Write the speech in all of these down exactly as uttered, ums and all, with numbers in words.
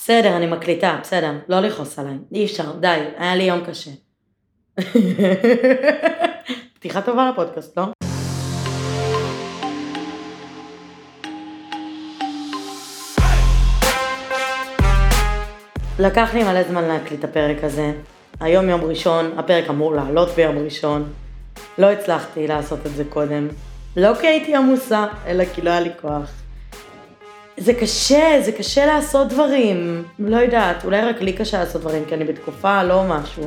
בסדר, אני מקליטה, בסדר, לא לכעוס עליי, אי אפשר, די, היה לי יום קשה. פתיחה טובה לפודקאסט, לא? לקח לי מלא זמן להקליט את הפרק הזה. היום יום ראשון, הפרק אמור לעלות ביום ראשון. לא הצלחתי לעשות את זה קודם. לא כי הייתי עמוסה, אלא כי לא היה לי כוח. זה קשה, זה קשה לעשות דברים. לא יודעת, אולי רק לי קשה לעשות דברים, כי אני בתקופה לא משהו.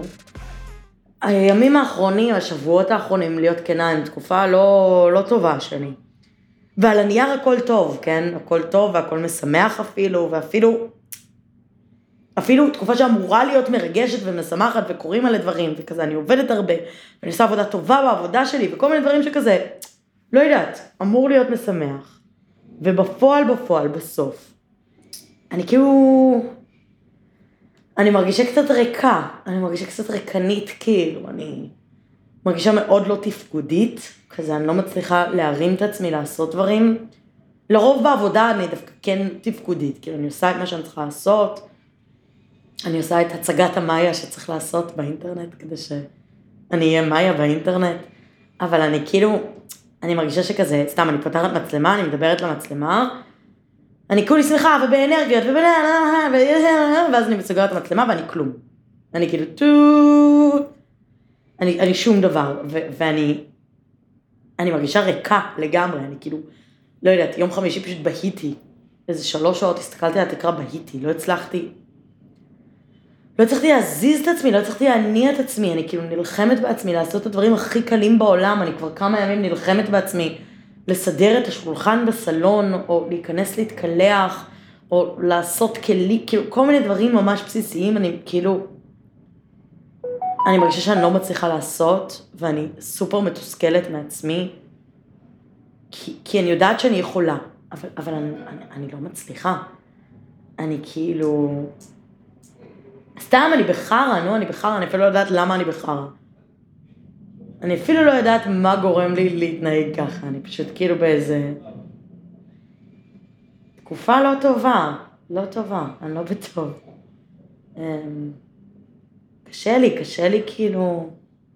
הימים האחרונים, השבועות האחרונים, להיות כנה, הם תקופה לא, לא טובה שלי. ועל הנייר הכל טוב, כן? הכל טוב והכל משמח אפילו, ואפילו... אפילו תקופה שאמורה להיות מרגשת ומשמחת וקוראים עלי דברים, וכזה אני עובדת הרבה, ואני עושה עבודה טובה בעבודה שלי, וכל מיני דברים שכזה, לא יודעת, אמור להיות משמח. ובפועל בפועל, בסוף, אני כאילו, אני מרגישה קצת ריקה, אני מרגישה קצת ריקנית, כאילו, אני מרגישה מאוד לא תפקודית, כזה אני לא מצליחה להרים את עצמי לעשות דברים. לרוב בעבודה אני דווקא כן תפקודית, כאילו אני עושה את מה שאני צריכה לעשות, אני עושה את הצגת המאיה שצריך לעשות באינטרנט, כדי שאני אהיה מאיה באינטרנט, אבל אני כאילו, אני מרגישה שכזה, סתם, אני פותחת מצלמה, אני מדברת למצלמה, אני כולי שמחה ובאנרגיות, ואז אני מסוגרת המצלמה ואני כלום. אני כאילו, טו, אני, אני שום דבר, ו, ואני, אני מרגישה ריקה לגמרי, אני כאילו, לא יודעת, יום חמישי פשוט בהיתי, איזה שלוש שעות הסתכלתי על התקרה בהיתי, לא הצלחתי, לא הצלחתי להזיז את עצמי, לא הצלחתי להניע את עצמי, אני כאילו נלחמת בעצמי, לעשות את הדברים הכי קלים בעולם, אני כבר כמה ימים נלחמת בעצמי, לסדר את השולחן בסלון, או להיכנס להתקלח, או לעשות כלי, כאילו כל מיני דברים ממש בסיסיים, אני כאילו, אני מרגישה שאני לא מצליחה לעשות, ואני סופר מתוסכלת מעצמי, כי, כי אני יודעת שאני יכולה, אבל, אבל אני, אני, אני לא מצליחה, אני כאילו... סתם אני בחרה, נו, אני בחרה, אני אפילו לא יודעת למה אני בחרה. אני אפילו לא יודעת מה גורם לי להתנהג ככה, אני פשוט כאילו באיזה... תקופה לא טובה, לא טובה, אני לא בטוב. קשה לי, קשה לי כאילו...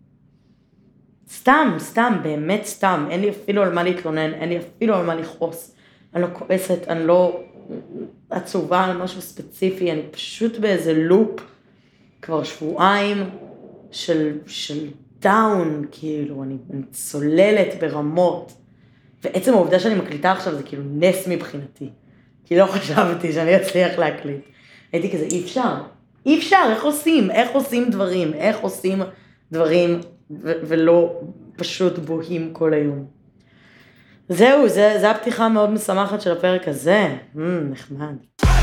סתם, סתם, באמת סתם, אין לי אפילו על מה להתלונן, אין לי אפילו על מה לכעוס. אני לא כועסת, אני לא עצובה על משהו ספציפי, אני פשוט באיזה לופ. כבר שבועיים של, של דאון, כאילו, אני, אני צוללת ברמות, ועצם העובדה שאני מקליטה עכשיו זה כאילו נס מבחינתי, כי לא חשבתי שאני אצליח להקליט. הייתי כזה, אי אפשר, אי אפשר, איך עושים, איך עושים דברים, איך עושים דברים, ו- ולא פשוט בוהים כל היום. זהו, זה, זה הפתיחה מאוד משמחת של הפרק הזה, mm, נחמד.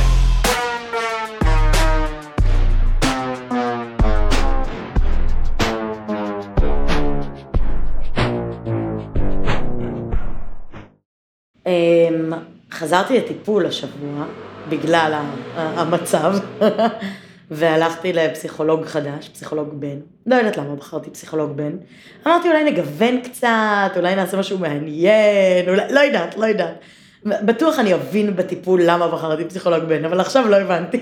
חזרתי לטיפול השבוע, בגלל המצב, והלכתי לפסיכולוג חדש, פסיכולוג בן. לא יודעת למה בחרתי פסיכולוג בן. אמרתי אולי נגוון קצת, אולי נעשה משהו מעניין, אולי, לא יודעת, לא יודעת. בטוח אני אבין בטיפול למה בחרתי פסיכולוג בן, אבל עכשיו לא הבנתי.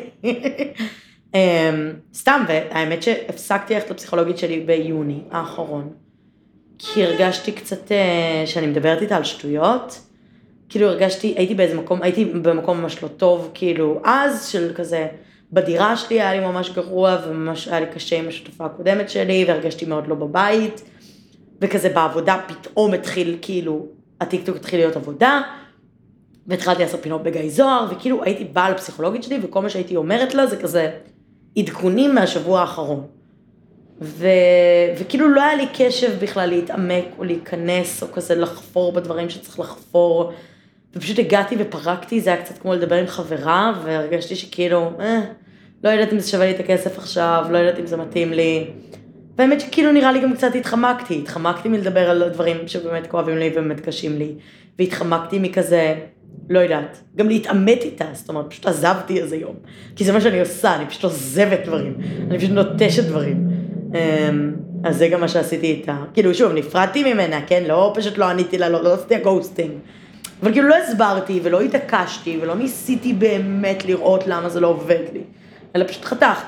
סתם, והאמת שהפסקתי ללכת לפסיכולוגית שלי ביוני האחרון, כי הרגשתי קצת שאני מדברת איתה על שטויות, כאילו הרגשתי, הייתי באיזה מקום, הייתי במקום ממש לא טוב, כאילו אז של כזה, בדירה שלי היה לי ממש גרוע, וממש היה לי קשה עם השותפה הקודמת שלי, והרגשתי מאוד לא בבית, וכזה בעבודה פתאום התחיל, כאילו, הטיקטוק התחיל להיות עבודה, והתחלתי לעשות פינות בגיא זוהר, וכאילו הייתי באה לפסיכולוגית שלי, וכל מה שהייתי אומרת לה זה כזה, עדכונים מהשבוע האחרון. ו... וכאילו לא היה לי קשב בכלל להתעמק, או להיכנס, או כזה לחפור בדברים שצריך לחפור, ופשוט הגעתי ופרקתי, זה היה קצת כמו לדבר עם חברה, והרגשתי שכאילו, אה, לא יודעת אם זה שווה לי את הכסף עכשיו, לא יודעת אם זה מתאים לי, והאמת שכאילו נראה לי גם קצת התחמקתי, התחמקתי מלדבר על דברים שבאמת כואבים לי ובאמת קשים לי, והתחמקתי מכזה, לא יודעת, גם להתעמת איתה, זאת אומרת, פשוט עזבתי איזה יום, כי זה מה שאני עושה, אני פשוט עוזבת דברים, אני פשוט נוטשת דברים, אז זה גם מה שעשיתי איתה, כאילו שוב, נפרדתי ממנה, כן, לא, פשוט לא עניתי לה, לא, לא עשיתי הגוסטינג, אבל כאילו לא הסברתי ולא התעקשתי ולא ניסיתי באמת לראות למה זה לא עובד לי, אלא פשוט חתכתי.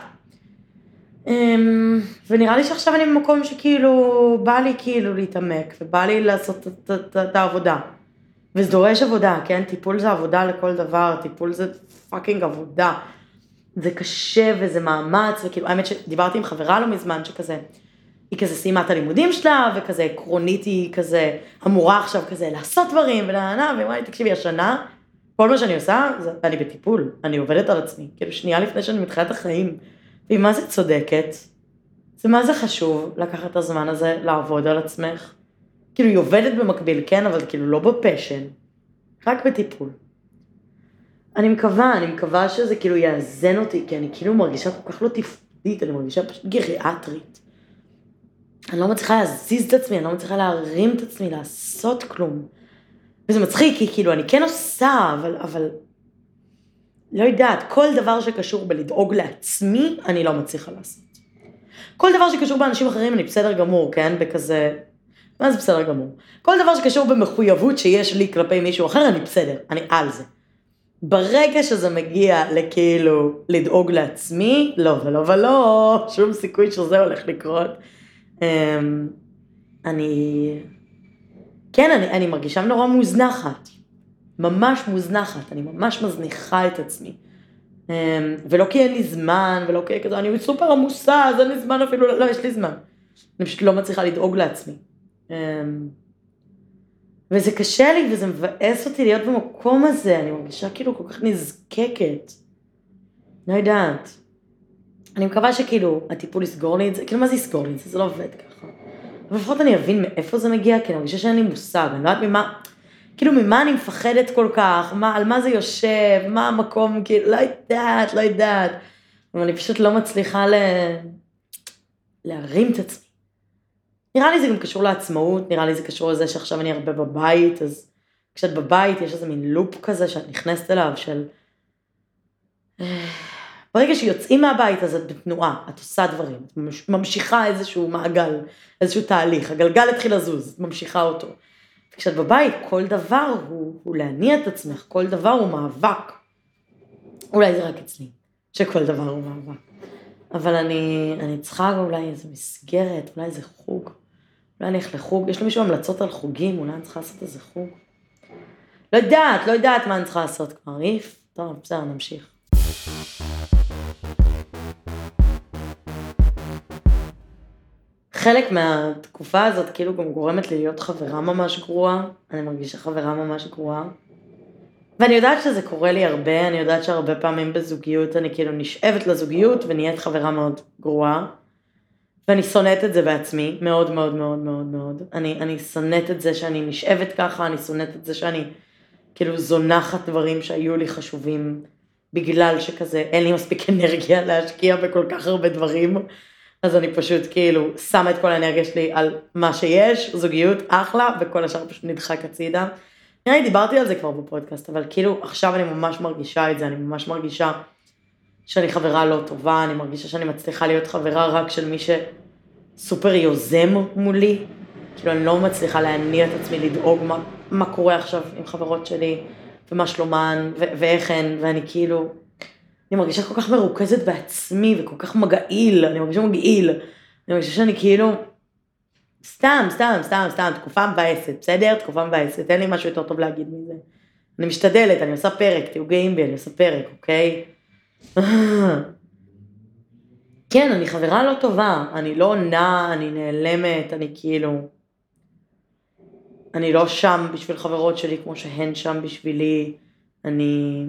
ונראה לי שעכשיו אני במקום שכאילו בא לי כאילו להתעמק ובא לי לעשות את העבודה. וזה דורש עבודה, כן? טיפול זה עבודה לכל דבר, טיפול זה פאקינג עבודה. זה קשה וזה מאמץ, וכאילו, האמת שדיברתי עם חברה לא מזמן שכזה, היא כזה סיימה את הלימודים שלה, וכזה עקרונית היא כזה אמורה עכשיו כזה לעשות דברים, ולענה, והיא אמרה לי, תקשיבי, השנה, כל מה שאני עושה, זה, אני בטיפול, אני עובדת על עצמי, כאילו שנייה לפני שאני מתחילה את החיים, והיא מה זה צודקת, זה מה זה חשוב לקחת את הזמן הזה, לעבוד על עצמך, כאילו היא עובדת במקביל, כן, אבל כאילו לא בפשן, רק בטיפול. אני מקווה, אני מקווה שזה כאילו יאזן אותי, כי אני כאילו מרגישה כל כך לא תפקודית, אני מרגישה פשוט גריאטרית. אני לא מצליחה להזיז את עצמי, אני לא מצליחה להרים את עצמי, לעשות כלום. וזה מצחיק, כי כאילו אני כן עושה, אבל, אבל לא יודעת, כל דבר שקשור בלדאוג לעצמי, אני לא מצליחה לעשות. כל דבר שקשור באנשים אחרים, אני בסדר גמור, כן? בכזה, מה זה בסדר גמור? כל דבר שקשור במחויבות שיש לי כלפי מישהו אחר, אני בסדר, אני על זה. ברגע שזה מגיע לכאילו לדאוג לעצמי, לא ולא ולא, שום סיכוי שזה הולך לקרות. אני, כן, אני, אני מרגישה נורא מוזנחת, ממש מוזנחת, אני ממש מזניחה את עצמי. ולא כי אין לי זמן, ולא כי כזה, אני סופר עמוסה, אז אין לי זמן אפילו, לא, יש לי זמן. אני פשוט לא מצליחה לדאוג לעצמי. וזה קשה לי, וזה מבאס אותי להיות במקום הזה, אני מרגישה כאילו כל כך נזקקת. לא יודעת. אני מקווה שכאילו, הטיפול יסגור לי את זה, כאילו מה זה יסגור לי את זה? זה לא עובד ככה. אבל לפחות אני אבין מאיפה זה מגיע, כי אני מרגישה שאין לי מושג, אני לא יודעת ממה, כאילו ממה אני מפחדת כל כך, מה, על מה זה יושב, מה המקום, כאילו, לא יודעת, לא יודעת. אבל אני פשוט לא מצליחה ל... להרים את עצמי. נראה לי זה גם קשור לעצמאות, נראה לי זה קשור לזה שעכשיו אני הרבה בבית, אז כשאת בבית יש איזה מין לופ כזה שאת נכנסת אליו של... ברגע שיוצאים מהבית אז את בתנועה, את עושה דברים, את ממשיכה איזשהו מעגל, איזשהו תהליך, הגלגל התחיל לזוז, את ממשיכה אותו. כשאת בבית כל דבר הוא, הוא להניע את עצמך, כל דבר הוא מאבק. אולי זה רק אצלי, שכל דבר הוא מאבק. אבל אני, אני צריכה אולי איזו מסגרת, אולי איזה חוג. אולי אני אלך לחוג, יש למישהו המלצות על חוגים, אולי אני צריכה לעשות איזה חוג. לא יודעת, לא יודעת מה אני צריכה לעשות כבר, איף. טוב, בסדר, נמשיך. חלק מהתקופה הזאת כאילו גם גורמת לי להיות חברה ממש גרועה, אני מרגישה חברה ממש גרועה. ואני יודעת שזה קורה לי הרבה, אני יודעת שהרבה פעמים בזוגיות אני כאילו נשאבת לזוגיות ונהיית חברה מאוד גרועה. ואני שונאת את זה בעצמי, מאוד מאוד מאוד מאוד מאוד. אני, אני שונאת את זה שאני נשאבת ככה, אני שונאת את זה שאני כאילו זונחת דברים שהיו לי חשובים, בגלל שכזה אין לי מספיק אנרגיה להשקיע בכל כך הרבה דברים, אז אני פשוט כאילו שמה את כל האנרגיה שלי על מה שיש, זוגיות אחלה, וכל השאר פשוט נדחק הצידה. נראה לי דיברתי על זה כבר בפודקאסט, אבל כאילו עכשיו אני ממש מרגישה את זה, אני ממש מרגישה שאני חברה לא טובה, אני מרגישה שאני מצליחה להיות חברה רק של מי שסופר יוזם מולי, כאילו אני לא מצליחה להניע את עצמי לדאוג מה, מה קורה עכשיו עם חברות שלי, ומה שלומן, ו- ואיך הן, ואני כאילו, אני מרגישה כל כך מרוכזת בעצמי, וכל כך מגעיל, אני מרגישה מגעיל, אני מרגישה שאני כאילו, סתם, סתם, סתם, סתם, תקופה מבאסת, בסדר? תקופה מבאסת, אין לי משהו יותר טוב להגיד מזה. אני משתדלת, אני עושה פרק, תהיו גאים בי, אני עושה פרק, אוקיי? כן, אני חברה לא טובה, אני לא עונה, אני נעלמת, אני כאילו, אני לא שם בשביל חברות שלי כמו שהן שם בשבילי, אני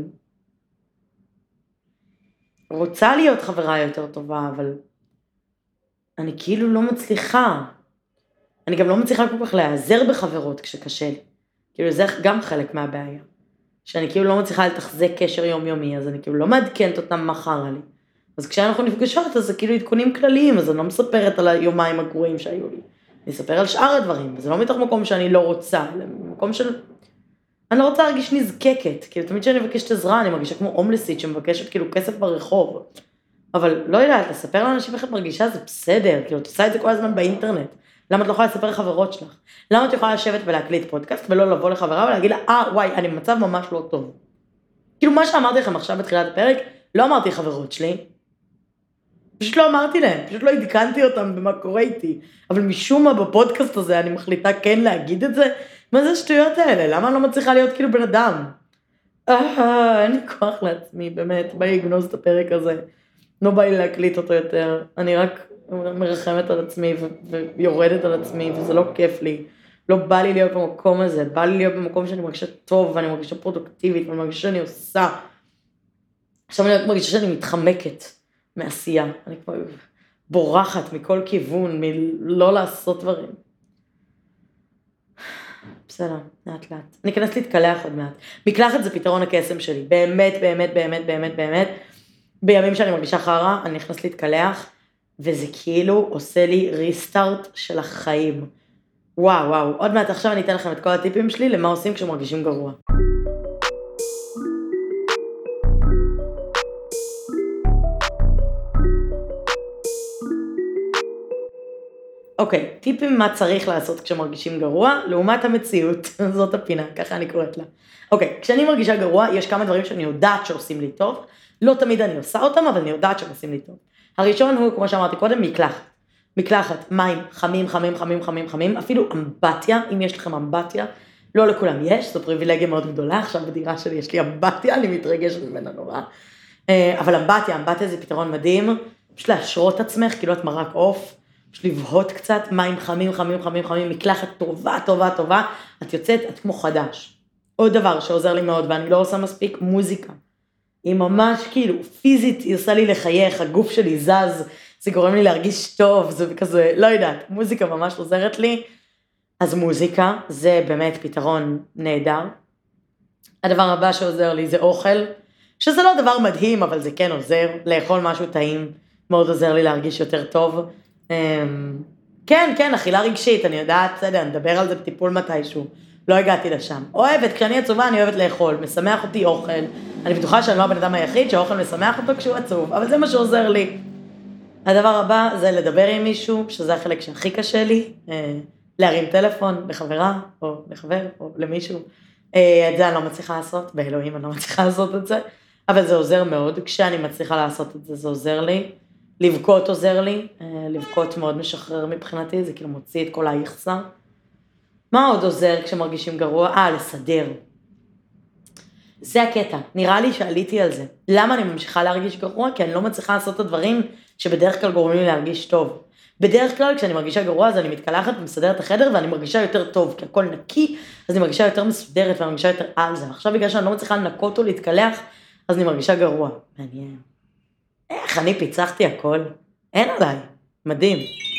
רוצה להיות חברה יותר טובה, אבל אני כאילו לא מצליחה, אני גם לא מצליחה כל כך להיעזר בחברות כשקשה לי, כאילו זה גם חלק מהבעיה, שאני כאילו לא מצליחה לתחזק קשר יומיומי, אז אני כאילו לא מעדכנת אותם מה חרה לי, אז כשאנחנו נפגשות אז זה כאילו עדכונים כלליים, אז אני לא מספרת על היומיים הגרועים שהיו לי, אני אספר על שאר הדברים, וזה לא מתוך מקום שאני לא רוצה, אלא מקום של, אני לא רוצה להרגיש נזקקת, כאילו תמיד שאני מבקשת עזרה, אני מרגישה כמו הומלסית שמבקשת כאילו כסף ברחוב, אבל לא יודעת, לספר לאנשים איך את מרגישה זה בסדר, כאילו את עושה את זה כל הזמן באינטרנט, למה את לא יכולה לספר לחברות שלך? למה את יכולה לשבת ולהקליט פודקאסט, ולא לבוא לחברה ולהגיד לה, אה, וואי, אני במצב ממש לא טוב. כאילו, מה שאמרתי לכם עכשיו בתחילת הפרק, לא אמרתי לחברות שלי, פשוט לא אמרתי להם, פשוט לא עדכנתי אותם במה קורה איתי, אבל משום מה בפודקאסט הזה אני מחליטה כן להגיד את זה, מה זה השטויות האלה? למה אני לא מצליחה להיות כאילו בן אדם? אה, אין לי כוח לעצמי, באמת, בא לי לגנוז את הפרק הזה, לא בא לי להקליט אותו יותר, אני רק מרחמת על עצמי ויורדת על עצמי, וזה לא כיף לי, לא בא לי להיות במקום הזה, בא לי להיות במקום שאני מרגישה טוב, ואני מרגישה פרודוקטיבית, ואני מרגישה שאני עושה, עכשיו אני מרגישה שאני מתחמקת מעשייה, אני כבר בורחת מכל כיוון, מלא לעשות דברים. בסדר, לאט לאט. אני אכנס להתקלח עוד מעט. מקלחת זה פתרון הקסם שלי, באמת, באמת, באמת, באמת, באמת. בימים שאני מרגישה חרה, אני נכנס להתקלח, וזה כאילו עושה לי ריסטארט של החיים. וואו, וואו. עוד מעט עכשיו אני אתן לכם את כל הטיפים שלי, למה עושים כשמרגישים גרוע. אוקיי, טיפים מה צריך לעשות כשמרגישים גרוע, לעומת המציאות, זאת הפינה, ככה אני קוראת לה. אוקיי, כשאני מרגישה גרוע, יש כמה דברים שאני יודעת שעושים לי טוב, לא תמיד אני עושה אותם, אבל אני יודעת שהם עושים לי טוב. הראשון הוא, כמו שאמרתי קודם, מקלחת. מקלחת, מים, חמים, חמים, חמים, חמים, חמים, אפילו אמבטיה, אם יש לכם אמבטיה, לא לכולם יש, זו פריבילגיה מאוד גדולה, עכשיו בדירה שלי יש לי אמבטיה, אני מתרגשת ממנה נורא. אבל אמבטיה, אמבטיה זה פתרון מדהים, פשוט להשרות עצמך, כאילו את מרק עוף, פשוט לבהות קצת, מים חמים, חמים, חמים, חמים, מקלחת טובה, טובה, טובה, את יוצאת, את כמו חדש. עוד דבר שעוזר לי מאוד, ואני לא עושה מספיק, מוזיקה. היא ממש כאילו, פיזית, היא עושה לי לחייך, הגוף שלי זז, זה גורם לי להרגיש טוב, זה כזה, לא יודעת, מוזיקה ממש עוזרת לי, אז מוזיקה, זה באמת פתרון נהדר. הדבר הבא שעוזר לי זה אוכל, שזה לא דבר מדהים, אבל זה כן עוזר, לאכול משהו טעים, מאוד עוזר לי להרגיש יותר טוב. כן, כן, אכילה רגשית, אני יודעת, בסדר, נדבר על זה בטיפול מתישהו, לא הגעתי לשם. אוהבת, כשאני עצובה אני אוהבת לאכול, משמח אותי אוכל, אני בטוחה שאני לא הבן אדם היחיד שהאוכל משמח אותו כשהוא עצוב, אבל זה מה שעוזר לי. הדבר הבא זה לדבר עם מישהו, שזה החלק שהכי קשה לי, להרים טלפון לחברה, או לחבר, או למישהו. את זה אני לא מצליחה לעשות, באלוהים אני לא מצליחה לעשות את זה, אבל זה עוזר מאוד, כשאני מצליחה לעשות את זה, זה עוזר לי. לבכות עוזר לי, לבכות מאוד משחרר מבחינתי, זה כאילו מוציא את כל היחסה. מה עוד עוזר כשמרגישים גרוע? אה, לסדר. זה הקטע, נראה לי שעליתי על זה. למה אני ממשיכה להרגיש גרוע? כי אני לא מצליחה לעשות את הדברים שבדרך כלל גורמים לי להרגיש טוב. בדרך כלל כשאני מרגישה גרוע, אז אני מתקלחת ומסדרת את החדר, ואני מרגישה יותר טוב, כי הכל נקי, אז אני מרגישה יותר מסודרת, ואני מרגישה יותר על זה. עכשיו בגלל שאני לא מצליחה לנקות או להתקלח, אז אני מרגישה גרוע. מעניין. איך אני פיצחתי הכל? אין עליי. מדהים.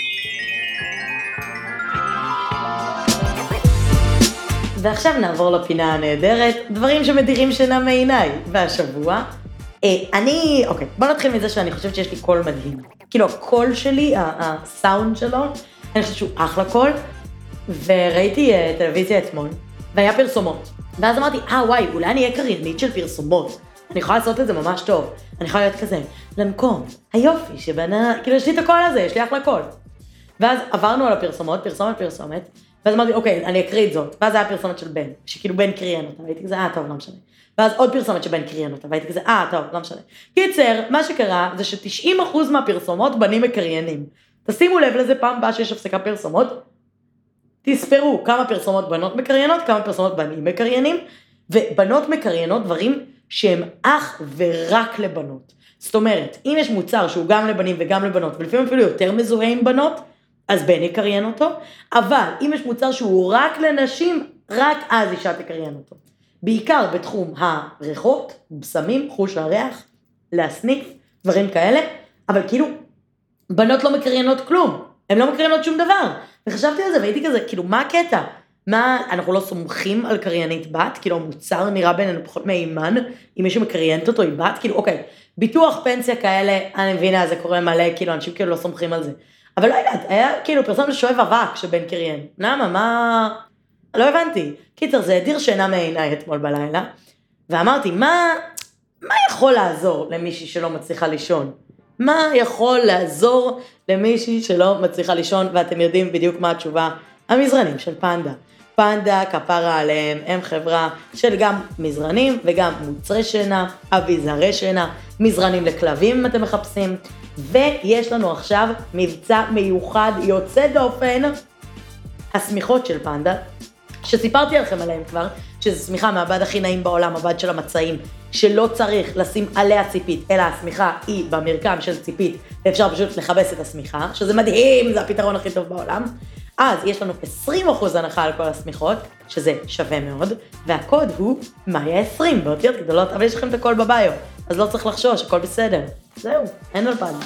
ועכשיו נעבור לפינה הנהדרת, דברים שמדירים שינה מעיניי. והשבוע, אה, אני, אוקיי, בוא נתחיל מזה שאני חושבת שיש לי קול מדהים. כאילו הקול שלי, הסאונד שלו, אני חושבת שהוא אחלה קול, וראיתי uh, טלוויזיה אתמול, והיה פרסומות. ואז אמרתי, אה וואי, אולי אני אהיה קריינית של פרסומות. אני יכולה לעשות את זה ממש טוב. אני יכולה להיות כזה, לנקום, היופי שבנה, כאילו יש לי את הקול הזה, יש לי אחלה קול. ואז עברנו על הפרסומות, פרסומת, פרסומת, ואז אמרתי, אוקיי, אני אקריא את זאת. ואז היה פרסומת של בן, שכאילו בן קריין אותה, והייתי כזה, אה, טוב, לא משנה. ואז עוד פרסומת שבן קריין אותה, והייתי כזה, אה, טוב, לא משנה. קיצר, מה שקרה זה ש-תשעים אחוז מהפרסומות בנים מקריינים. תשימו לב לזה פעם הבאה שיש הפסקה פרסומות, תספרו כמה פרסומות בנות מקריינות, כמה פרסומות בנים מקריינים, ובנות מקריינות דברים שהם אך ורק לבנות. זאת אומרת, אם יש מוצר שהוא גם לבנים וגם לבנות, ולפעמים אפילו יותר מזוהה עם בנות, אז בן יקריין אותו, אבל אם יש מוצר שהוא רק לנשים, רק אז אישה תקריין אותו. בעיקר בתחום הריחות, בשמים, חוש הריח, להסניף, דברים כאלה, אבל כאילו, בנות לא מקריינות כלום, הן לא מקריינות שום דבר. וחשבתי על זה והייתי כזה, כאילו, מה הקטע? מה, אנחנו לא סומכים על קריינית בת, כאילו המוצר נראה בינינו פחות מהימן, אם מישהו מקריינת אותו היא בת, כאילו אוקיי, ביטוח פנסיה כאלה, אני מבינה, זה קורה מלא, כאילו אנשים כאילו לא סומכים על זה. אבל לא יודעת, היה כאילו פרסום לשואב אבק שבן קריין. למה, מה? לא הבנתי. קיצר, זה הדיר שינה מעיניי אתמול בלילה, ואמרתי, מה, מה יכול לעזור למישהי שלא מצליחה לישון? מה יכול לעזור למישהי שלא מצליחה לישון, ואתם יודעים בדיוק מה התשובה? המזרנים של פנדה. פנדה, כפרה עליהם, הם חברה של גם מזרנים וגם מוצרי שינה, אביזרי שינה, מזרנים לכלבים אם אתם מחפשים, ויש לנו עכשיו מבצע מיוחד יוצא דופן, הסמיכות של פנדה, שסיפרתי לכם עליהם כבר, שזו סמיכה מהבד הכי נעים בעולם, הבד של המצעים, שלא צריך לשים עליה ציפית, אלא הסמיכה היא במרקם של ציפית, ואפשר פשוט לחבס את הסמיכה, שזה מדהים, זה הפתרון הכי טוב בעולם. אז יש לנו עשרים אחוז הנחה על כל הסמיכות, שזה שווה מאוד, והקוד הוא מאיה עשרים, באותיות גדולות, אבל יש לכם את הכל בביו, אז לא צריך לחשוש, הכל בסדר. זהו, אין על פן.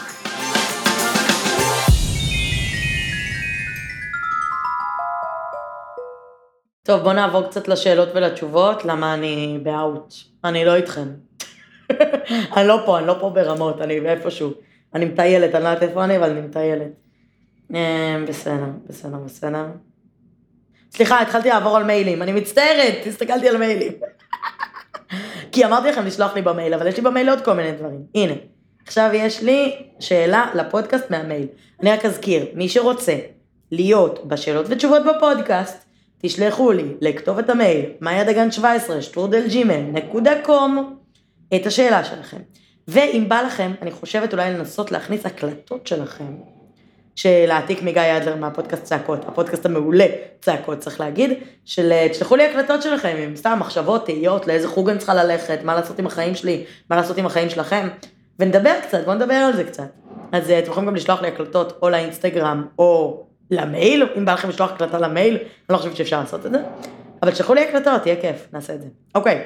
טוב, בואו נעבור קצת לשאלות ולתשובות, למה אני באוט. אני לא איתכם. אני לא פה, אני לא פה ברמות, אני באיפשהו. אני מטיילת, אני לא יודעת איפה אני, אבל אני מטיילת. בסדר, בסדר, בסדר. סליחה, התחלתי לעבור על מיילים, אני מצטערת, הסתכלתי על מיילים. כי אמרתי לכם לשלוח לי במייל, אבל יש לי במייל עוד כל מיני דברים. הנה, עכשיו יש לי שאלה לפודקאסט מהמייל. אני רק אזכיר, מי שרוצה להיות בשאלות ותשובות בפודקאסט, תשלחו לי לכתוב את המייל, מאיה דגן שבע עשרה, שטרודל ג'ימייל נקודה קום, את השאלה שלכם. ואם בא לכם, אני חושבת אולי לנסות להכניס הקלטות שלכם, שלהעתיק מגיא אדלר מהפודקאסט צעקות, הפודקאסט המעולה צעקות, צריך להגיד, של תשלחו לי הקלטות שלכם, עם סתם מחשבות, תהיות, לאיזה חוג אני צריכה ללכת, מה לעשות עם החיים שלי, מה לעשות עם החיים שלכם, ונדבר קצת, בואו נדבר על זה קצת. אז אתם יכולים גם לשלוח לי הקלטות או לאינסטגרם, או למייל, אם בא לכם לשלוח הקלטה למייל, אני לא חושבת שאפשר לעשות את זה, אבל תשלחו לי הקלטות, תהיה כיף, נעשה את זה. אוקיי.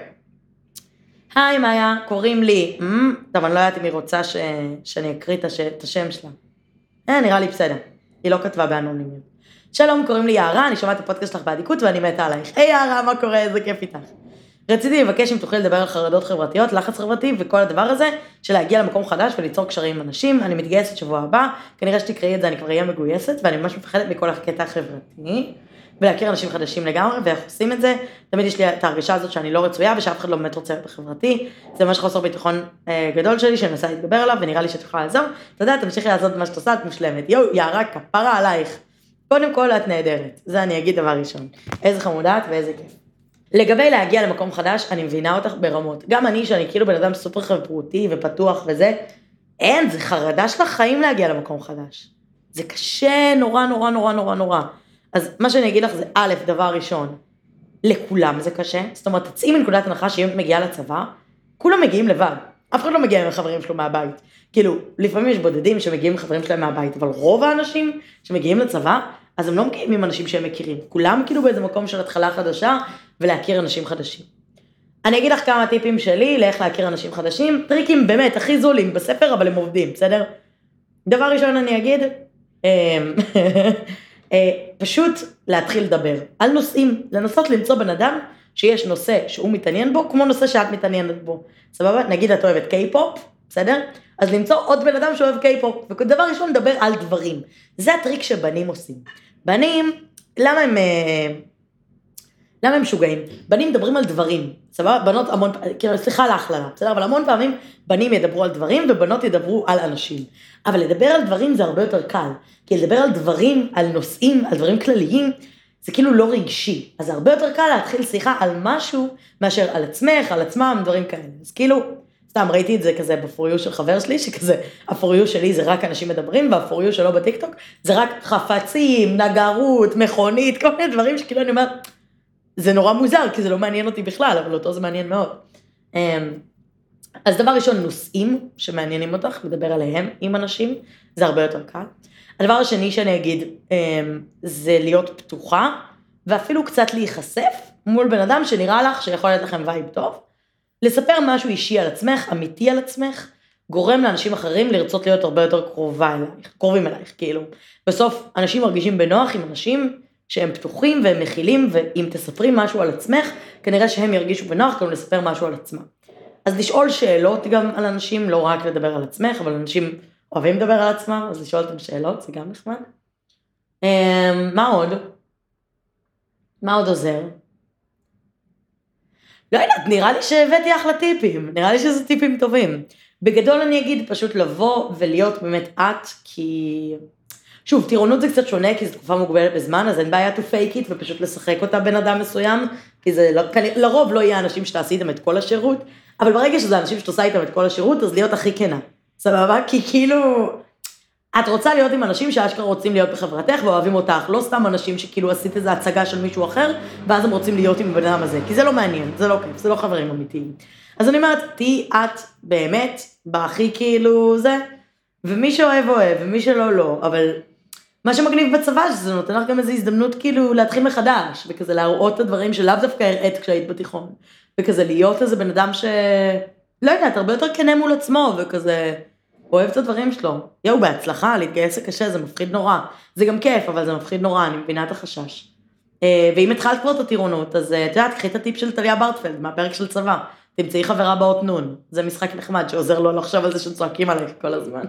היי מאיה, קוראים לי, טוב, אני לא יודעת אם היא רוצה ש... שאני אקריא את השם שלה. אה, נראה לי בסדר. היא לא כתבה באנונימיות. שלום, קוראים לי יערה, אני שומעת את הפודקאסט שלך בעדיקות ואני מתה עלייך. היי יערה, מה קורה? איזה כיף איתך. רציתי לבקש אם תוכלי לדבר על חרדות חברתיות, לחץ חברתי וכל הדבר הזה, של להגיע למקום חדש וליצור קשרים עם אנשים. אני מתגייסת שבוע הבא, כנראה שתקראי את זה, אני כבר אהיה מגויסת, ואני ממש מפחדת מכל הקטע החברתי, ולהכיר אנשים חדשים לגמרי, ואיך עושים את זה. תמיד יש לי את ההרגשה הזאת שאני לא רצויה, ושאף אחד לא באמת רוצה להיות בחברתי. זה ממש חוסר ביטחון אה, גדול שלי, שאני מנסה להתגבר עליו, ונראה לי שתוכל לעזור. אתה יודע, תמשיכי לעשות מה שאת עושה, את מושלמת. יו, יערה, כפרה עלייך. קודם כל, את נהדרת. זה אני אגיד דבר ראשון. איזה חמודה את ואיזה כיף. לגבי להגיע למקום חדש, אני מבינה אותך ברמות. גם אני, שאני כאילו בן אדם סופר חברותי ופתוח וזה, אין, זה חרדה של החיים להגיע למקום חדש. זה קשה, נורא, נורא, נורא, נורא, נורא. אז מה שאני אגיד לך זה, א', דבר ראשון, לכולם זה קשה, זאת אומרת, תצאי מנקודת הנחה שאם את מגיעה לצבא, כולם מגיעים לבד, אף אחד לא מגיע עם החברים שלו מהבית, כאילו, לפעמים יש בודדים שמגיעים עם חברים שלהם מהבית, אבל רוב האנשים שמגיעים לצבא, אז הם לא מגיעים עם אנשים שהם מכירים, כולם כאילו באיזה מקום של התחלה חדשה, ולהכיר אנשים חדשים. אני אגיד לך כמה טיפים שלי, לאיך להכיר אנשים חדשים, טריקים באמת, הכי זולים בספר, אבל הם עובדים, בסדר? דבר ראשון אני אגיד, פשוט להתחיל לדבר על נושאים, לנסות למצוא בן אדם שיש נושא שהוא מתעניין בו, כמו נושא שאת מתעניינת בו. סבבה? נגיד את אוהבת קיי-פופ, בסדר? אז למצוא עוד בן אדם שאוהב קיי-פופ, ודבר ראשון לדבר על דברים. זה הטריק שבנים עושים. בנים, למה הם, למה הם משוגעים? בנים מדברים על דברים, סבבה? בנות המון, כאילו, סליחה להכללה, בסדר? אבל המון פעמים בנים ידברו על דברים ובנות ידברו על אנשים. אבל לדבר על דברים זה הרבה יותר קל, כי לדבר על דברים, על נושאים, על דברים כלליים, זה כאילו לא רגשי. אז זה הרבה יותר קל להתחיל שיחה על משהו, מאשר על עצמך, על עצמם, דברים כאלה. אז כאילו, סתם ראיתי את זה כזה בפוריו של חבר שלי, שכזה, הפוריו שלי זה רק אנשים מדברים, והפוריו שלו בטיקטוק, זה רק חפצים, נגרות, מכונית, כל מיני דברים שכאילו אני אומרת, זה נורא מוזר, כי זה לא מעניין אותי בכלל, אבל אותו זה מעניין מאוד. אז דבר ראשון, נושאים שמעניינים אותך, לדבר עליהם עם אנשים, זה הרבה יותר קל. הדבר השני שאני אגיד, זה להיות פתוחה, ואפילו קצת להיחשף מול בן אדם שנראה לך שיכול להיות לכם וייב טוב, לספר משהו אישי על עצמך, אמיתי על עצמך, גורם לאנשים אחרים לרצות להיות הרבה יותר קרובה אלייך, קרובים אלייך, כאילו. בסוף, אנשים מרגישים בנוח עם אנשים שהם פתוחים והם מכילים, ואם תספרי משהו על עצמך, כנראה שהם ירגישו בנוח גם לספר משהו על עצמם. אז לשאול שאלות גם על אנשים, לא רק לדבר על עצמך, אבל אנשים אוהבים לדבר על עצמם, אז לשאול אותם שאלות, זה גם נחמד. מה עוד? מה עוד עוזר? לא יודעת, נראה לי שהבאתי אחלה טיפים, נראה לי שזה טיפים טובים. בגדול אני אגיד פשוט לבוא ולהיות באמת את, כי... שוב, טירונות זה קצת שונה, כי זו תקופה מוגבלת בזמן, אז אין בעיה to fake it, ופשוט לשחק אותה בן אדם מסוים, כי זה לא, לרוב לא יהיה אנשים שתעשי איתם את כל השירות, אבל ברגע שזה אנשים שתעשה איתם את כל השירות, אז להיות הכי כנה. סבבה? כי כאילו, את רוצה להיות עם אנשים שאשכרה רוצים להיות בחברתך, ואוהבים אותך, לא סתם אנשים שכאילו עשית איזו הצגה של מישהו אחר, ואז הם רוצים להיות עם הבן אדם הזה, כי זה לא מעניין, זה לא כיף, זה לא חברים אמיתיים. אז אני אומרת, תהי את באמת, בהכי כאילו זה, ומי שאוהב אוהב, ומי שלא לא, אבל מה שמגניב בצבא, שזה נותן לך גם איזו הזדמנות כאילו להתחיל מחדש, וכזה להראות את הדברים שלאו דווקא הראית כשהיית בתיכון, וכזה להיות איזה בן אדם ש... לא יודעת, הרבה יותר כנה מול עצמו, וכזה אוהב את הדברים שלו. יאו, בהצלחה, להתגייס לקשה, זה מפחיד נורא. זה גם כיף, אבל זה מפחיד נורא, אני מבינה את החשש. ואם התחלת כבר את הטירונות, אז את יודעת, קחי את הטיפ של טליה ברטפלד, מהפרק של צבא. תמצאי חברה באות נון. זה משחק נחמד, שעוזר לו לחשוב על זה שצועקים עליך כל הזמן.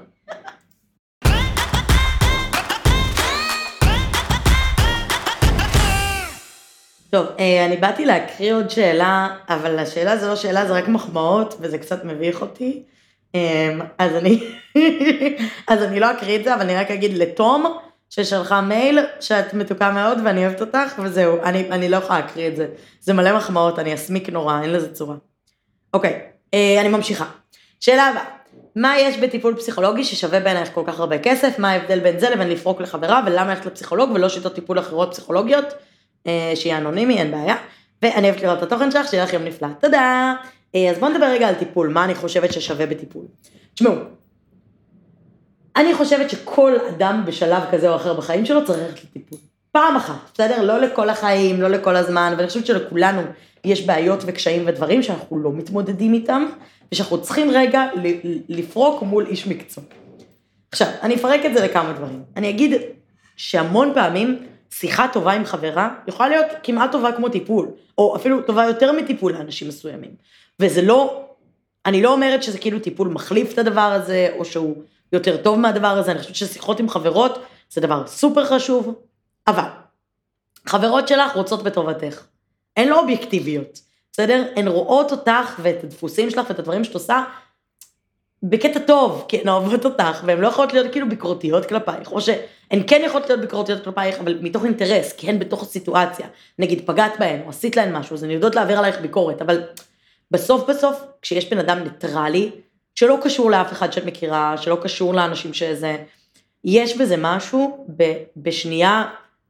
טוב, אני באתי להקריא עוד שאלה, אבל השאלה זו לא שאלה, זה רק מחמאות, וזה קצת מביך אותי. אז אני, אז אני לא אקריא את זה, אבל אני רק אגיד לתום, ששלחה מייל, שאת מתוקה מאוד, ואני אוהבת אותך, וזהו, אני, אני לא יכולה להקריא את זה. זה מלא מחמאות, אני אסמיק נורא, אין לזה צורה. אוקיי, אני ממשיכה. שאלה הבאה, מה יש בטיפול פסיכולוגי ששווה בעינייך כל כך הרבה כסף? מה ההבדל בין זה לבין לפרוק לחברה, ולמה ללכת לפסיכולוג ולא שיטות טיפול אחרות פסיכולוגיות? שיהיה אנונימי, אין בעיה, ואני אוהבת לראות את התוכן שלך, שיהיה לך יום נפלא, תודה. אז בואו נדבר רגע על טיפול, מה אני חושבת ששווה בטיפול. תשמעו, אני חושבת שכל אדם בשלב כזה או אחר בחיים שלו צריך ללכת לטיפול. פעם אחת, בסדר? לא לכל החיים, לא לכל הזמן, ואני חושבת שלכולנו יש בעיות וקשיים ודברים שאנחנו לא מתמודדים איתם, ושאנחנו צריכים רגע לפרוק מול איש מקצוע. עכשיו, אני אפרק את זה לכמה דברים. אני אגיד שהמון פעמים, שיחה טובה עם חברה יכולה להיות כמעט טובה כמו טיפול, או אפילו טובה יותר מטיפול לאנשים מסוימים. וזה לא, אני לא אומרת שזה כאילו טיפול מחליף את הדבר הזה, או שהוא יותר טוב מהדבר הזה, אני חושבת ששיחות עם חברות זה דבר סופר חשוב, אבל חברות שלך רוצות בטובתך, הן לא אובייקטיביות, בסדר? הן רואות אותך ואת הדפוסים שלך ואת הדברים שאת עושה, בקטע טוב, כי הן אוהבות אותך, והן לא יכולות להיות כאילו ביקורתיות כלפייך, או שהן כן יכולות להיות ביקורתיות כלפייך, אבל מתוך אינטרס, כי הן בתוך הסיטואציה, נגיד פגעת בהן, או עשית להן משהו, אז הן יודעות להעביר עלייך ביקורת, אבל בסוף בסוף, כשיש בן אדם ניטרלי, שלא קשור לאף אחד שאת מכירה, שלא קשור לאנשים שזה, יש בזה משהו, בשנייה,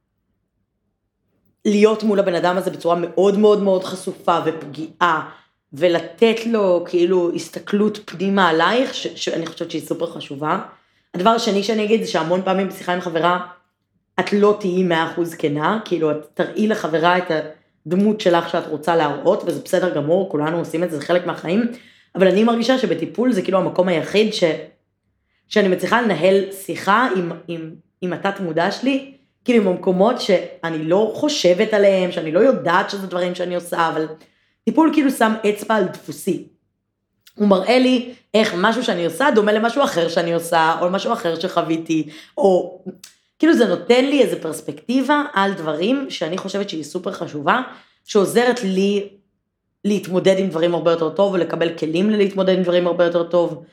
להיות מול הבן אדם הזה בצורה מאוד מאוד מאוד חשופה ופגיעה, ולתת לו כאילו הסתכלות פנימה עלייך, ש- שאני חושבת שהיא סופר חשובה. הדבר השני שאני אגיד, זה שהמון פעמים בשיחה עם חברה, את לא תהיי מאה אחוז כנה, כאילו את תראי לחברה את הדמות שלך שאת רוצה להראות, וזה בסדר גמור, כולנו עושים את זה, זה חלק מהחיים, אבל אני מרגישה שבטיפול זה כאילו המקום היחיד, ש- שאני מצליחה לנהל שיחה עם, עם, עם התת מודע שלי, כאילו עם המקומות שאני לא חושבת עליהם, שאני לא יודעת שזה דברים שאני עושה, אבל טיפול כאילו שם אצבע על דפוסי. הוא מראה לי איך משהו שאני עושה דומה למשהו אחר שאני עושה, או למשהו אחר שחוויתי, או כאילו זה נותן לי איזו פרספקטיבה על דברים שאני חושבת שהיא סופר חשובה, שעוזרת לי להתמודד עם דברים הרבה יותר טוב, ולקבל כלים להתמודד עם דברים הרבה יותר טוב.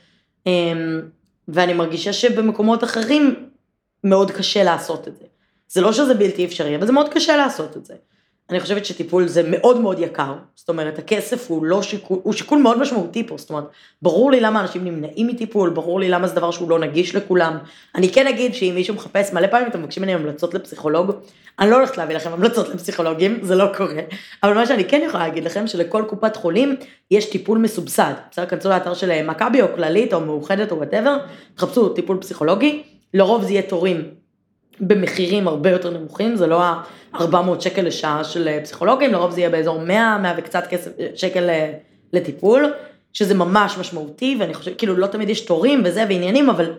ואני מרגישה שבמקומות אחרים מאוד קשה לעשות את זה. זה לא שזה בלתי אפשרי, אבל זה מאוד קשה לעשות את זה. אני חושבת שטיפול זה מאוד מאוד יקר, זאת אומרת, הכסף הוא לא שיקול, הוא שיקול מאוד משמעותי פה, זאת אומרת, ברור לי למה אנשים נמנעים מטיפול, ברור לי למה זה דבר שהוא לא נגיש לכולם. אני כן אגיד שאם מישהו מחפש, מלא פעמים אתם מבקשים ממני המלצות לפסיכולוג, אני לא הולכת להביא לכם המלצות לפסיכולוגים, זה לא קורה, אבל מה שאני כן יכולה להגיד לכם, שלכל קופת חולים יש טיפול מסובסד, בסדר, כנסו לאתר של מכבי או כללית או מאוחדת או whatever, תחפשו טיפול פסיכולוגי, לרוב זה יהיה תורים במחירים הרבה יותר נמוכים, זה לא ה-ארבע מאות שקל לשעה של פסיכולוגים, לרוב זה יהיה באזור מאה, מאה וקצת כסף, שקל לטיפול, שזה ממש משמעותי, ואני חושבת, כאילו לא תמיד יש תורים וזה ועניינים, אבל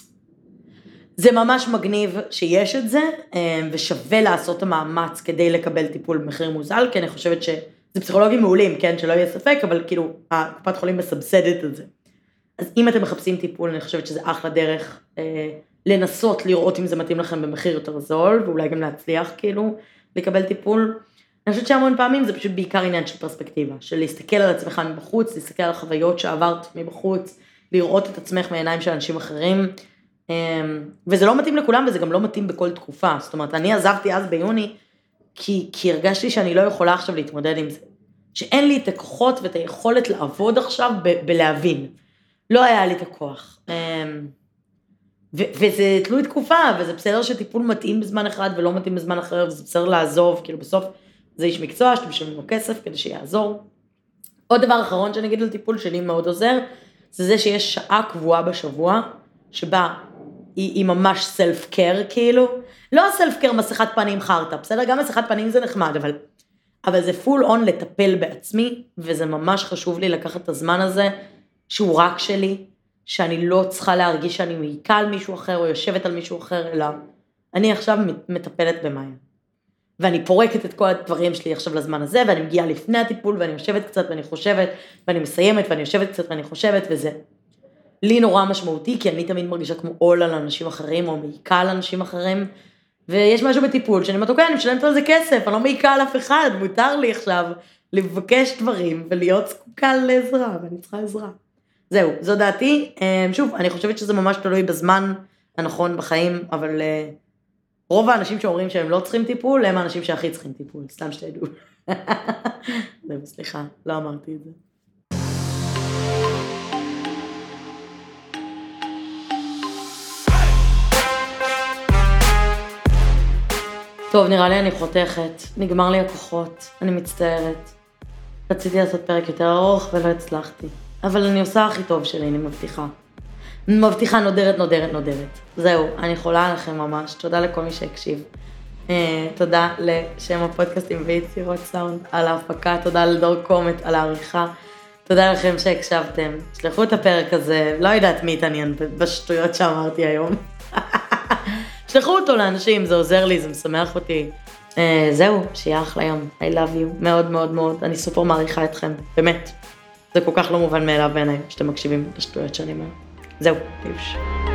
זה ממש מגניב שיש את זה, ושווה לעשות המאמץ כדי לקבל טיפול במחיר מוזל, כי אני חושבת שזה פסיכולוגים מעולים, כן, שלא יהיה ספק, אבל כאילו, הקופת חולים מסבסדת את זה. אז אם אתם מחפשים טיפול, אני חושבת שזה אחלה דרך לנסות לראות אם זה מתאים לכם במחיר יותר זול, ואולי גם להצליח כאילו לקבל טיפול. אני חושבת שהמון פעמים זה פשוט בעיקר עניין של פרספקטיבה, של להסתכל על עצמך מבחוץ, להסתכל על החוויות שעברת מבחוץ, לראות את עצמך מעיניים של אנשים אחרים, וזה לא מתאים לכולם, וזה גם לא מתאים בכל תקופה, זאת אומרת, אני עזבתי אז ביוני, כי, כי הרגשתי שאני לא יכולה עכשיו להתמודד עם זה, שאין לי את הכוחות ואת היכולת לעבוד עכשיו ב- בלהבין, לא היה לי את הכוח, ו- וזה תלוי תקופה, וזה בסדר שטיפול מתאים בזמן אחד ולא מתאים בזמן אחר, וזה בסדר לעזוב, כאילו בסוף זה איש מקצוע, שאתם משלמים לו כסף כדי שיעזור. עוד דבר אחרון שאני אגיד על טיפול שלי מאוד עוזר, זה זה שיש שעה קבועה בשבוע, שבה היא, היא ממש סלף קר, כאילו, לא סלף קר מסכת פנים חרטה, בסדר? גם מסכת פנים זה נחמד, אבל, אבל זה פול און לטפל בעצמי, וזה ממש חשוב לי לקחת את הזמן הזה, שהוא רק שלי, שאני לא צריכה להרגיש שאני מעיקה על מישהו אחר, או יושבת על מישהו אחר, אלא אני עכשיו מטפלת במאיה. ואני פורקת את כל הדברים שלי עכשיו לזמן הזה, ואני מגיעה לפני הטיפול, ואני יושבת קצת, ואני חושבת, ואני מסיימת, ואני יושבת קצת, ואני חושבת, וזה לי נורא משמעותי, כי אני תמיד מרגישה כמו עול על אנשים אחרים, או מעיקה על אנשים אחרים, ויש משהו בטיפול, שאני אומרת, אוקיי, אני משלמת על זה כסף, אני לא מעיקה על אף אחד, מותר לי עכשיו לבקש דברים, ולהיות זקוקה לעזרה, ואני צריכה עזרה. זהו, זו דעתי. שוב, אני חושבת שזה ממש תלוי בזמן הנכון בחיים, אבל רוב האנשים שאומרים שהם לא צריכים טיפול, הם האנשים שהכי צריכים טיפול, סתם שתדעו. זהו, סליחה, לא אמרתי את זה. טוב, נראה לי אני חותכת, נגמר לי הכוחות, אני מצטערת. רציתי לעשות פרק יותר ארוך ולא הצלחתי, אבל אני עושה הכי טוב שלי, אני מבטיחה. מבטיחה נודרת, נודרת, נודרת. זהו, אני יכולה לכם ממש, תודה לכל מי שהקשיב. תודה לשם הפודקאסטים ויצירות סאונד על ההפקה, תודה לדור קומט על העריכה, תודה לכם שהקשבתם. שלחו את הפרק הזה, לא יודעת מי התעניין בשטויות שאמרתי היום. שלחו אותו לאנשים, זה עוזר לי, זה משמח אותי. זהו, שיהיה אחלה יום, I love you, מאוד מאוד מאוד, אני סופר מעריכה אתכם, באמת. זה כל כך לא מובן מאליו בעיניי, שאתם מקשיבים לשטויות שאני אומרת. זהו, ביוש.